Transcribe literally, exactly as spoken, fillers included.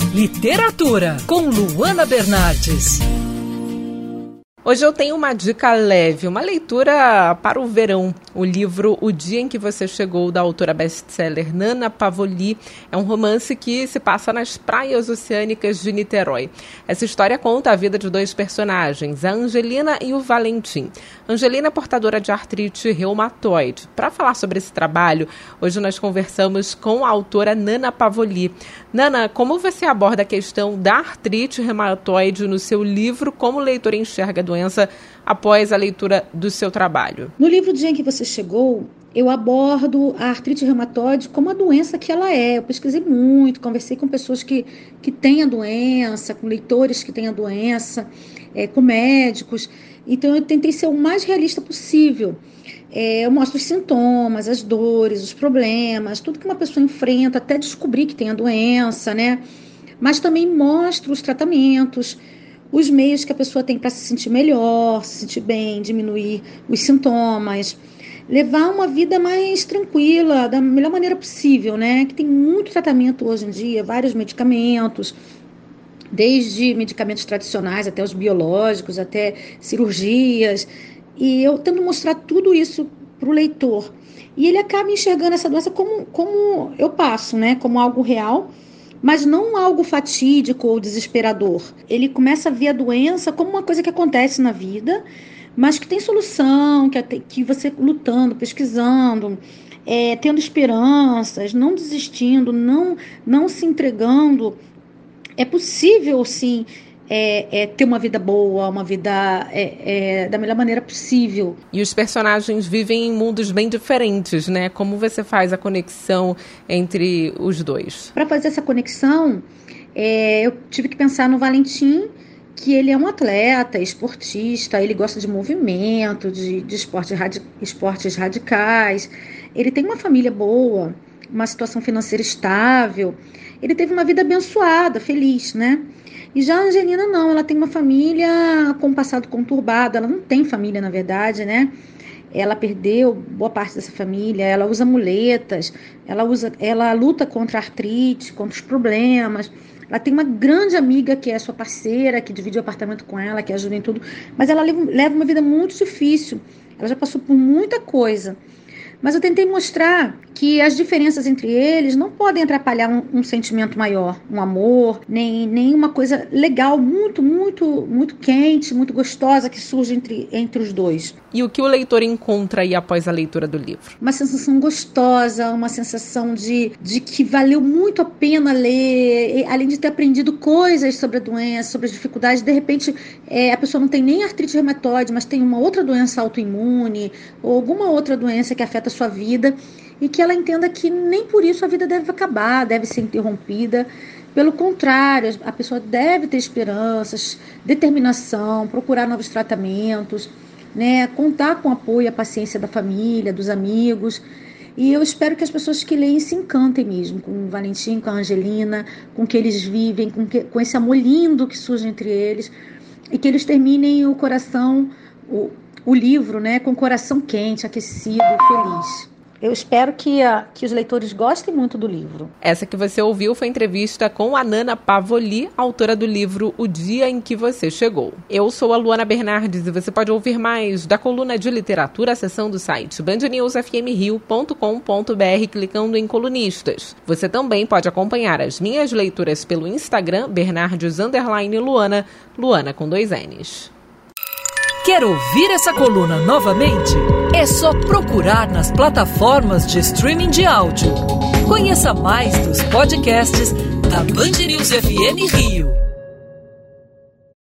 Literatura, com Luana Bernardes. Hoje eu tenho uma dica leve, uma leitura para o verão. O livro O Dia em que Você Chegou, da autora best-seller Nana Pavolli, é um romance que se passa nas praias oceânicas de Niterói. Essa história conta a vida de dois personagens, a Angelina e o Valentim. Angelina é portadora de artrite reumatoide. Para falar sobre esse trabalho, hoje nós conversamos com a autora Nana Pavolli. Nana, como você aborda a questão da artrite reumatoide no seu livro? Como o leitor enxerga a doença após a leitura do seu trabalho? No livro O Dia em que Você Chegou, eu abordo a artrite reumatoide como a doença que ela é. Eu pesquisei muito, conversei com pessoas que, que têm a doença, com leitores que têm a doença, é, com médicos. Então eu tentei ser o mais realista possível. É, eu mostro os sintomas, as dores, os problemas, tudo que uma pessoa enfrenta até descobrir que tem a doença, né? Mas também mostro os tratamentos, os meios que a pessoa tem para se sentir melhor, se sentir bem, diminuir os sintomas, levar uma vida mais tranquila, da melhor maneira possível, né? Que tem muito tratamento hoje em dia, vários medicamentos, desde medicamentos tradicionais até os biológicos, até cirurgias. E eu tento mostrar tudo isso para o leitor. E ele acaba enxergando essa doença como, como eu passo, né? Como algo real, mas não algo fatídico ou desesperador. Ele começa a ver a doença como uma coisa que acontece na vida, mas que tem solução, que, que você lutando, pesquisando, é, tendo esperanças, não desistindo, não, não se entregando. É possível, sim, É, é ter uma vida boa, uma vida é, é, da melhor maneira possível. E os personagens vivem em mundos bem diferentes, né? Como você faz a conexão entre os dois? Para fazer essa conexão, é, eu tive que pensar no Valentim, que ele é um atleta, esportista, ele gosta de movimento, de, de esporte radi- esportes radicais, ele tem uma família boa, uma situação financeira estável, ele teve uma vida abençoada, feliz, né? E já a Angelina não, ela tem uma família com um passado conturbado, ela não tem família, na verdade, né? Ela perdeu boa parte dessa família, ela usa muletas, ela, usa, ela luta contra a artrite, contra os problemas. Ela tem uma grande amiga que é sua parceira, que divide o apartamento com ela, que ajuda em tudo, mas ela leva uma vida muito difícil, ela já passou por muita coisa. Mas eu tentei mostrar que as diferenças entre eles não podem atrapalhar um, um sentimento maior, um amor, nem, nem uma coisa legal, muito, muito, muito quente, muito gostosa que surge entre, entre os dois. E o que o leitor encontra aí após a leitura do livro? Uma sensação gostosa, uma sensação de, de que valeu muito a pena ler, além de ter aprendido coisas sobre a doença, sobre as dificuldades. De repente, é, a pessoa não tem nem artrite reumatoide, mas tem uma outra doença autoimune ou alguma outra doença que afeta a sua vida, e que ela entenda que nem por isso a vida deve acabar, deve ser interrompida. Pelo contrário, a pessoa deve ter esperanças, determinação, procurar novos tratamentos, né? Contar com o apoio e a paciência da família, dos amigos. E eu espero que as pessoas que leem se encantem mesmo com o Valentim, com a Angelina, com o que eles vivem, com, que, com esse amor lindo que surge entre eles, e que eles terminem o coração, o, o livro, né, com o coração quente, aquecido, feliz. Eu espero que, a, que os leitores gostem muito do livro. Essa que você ouviu foi a entrevista com a Nana Pavolli, autora do livro O Dia em que Você Chegou. Eu sou a Luana Bernardes e você pode ouvir mais da coluna de literatura acessando o site band news f m rio ponto com ponto b r clicando em colunistas. Você também pode acompanhar as minhas leituras pelo Instagram, Bernardes underline Luana, Luana com dois N's. Quer ouvir essa coluna novamente? É só procurar nas plataformas de streaming de áudio. Conheça mais dos podcasts da Band News F M Rio.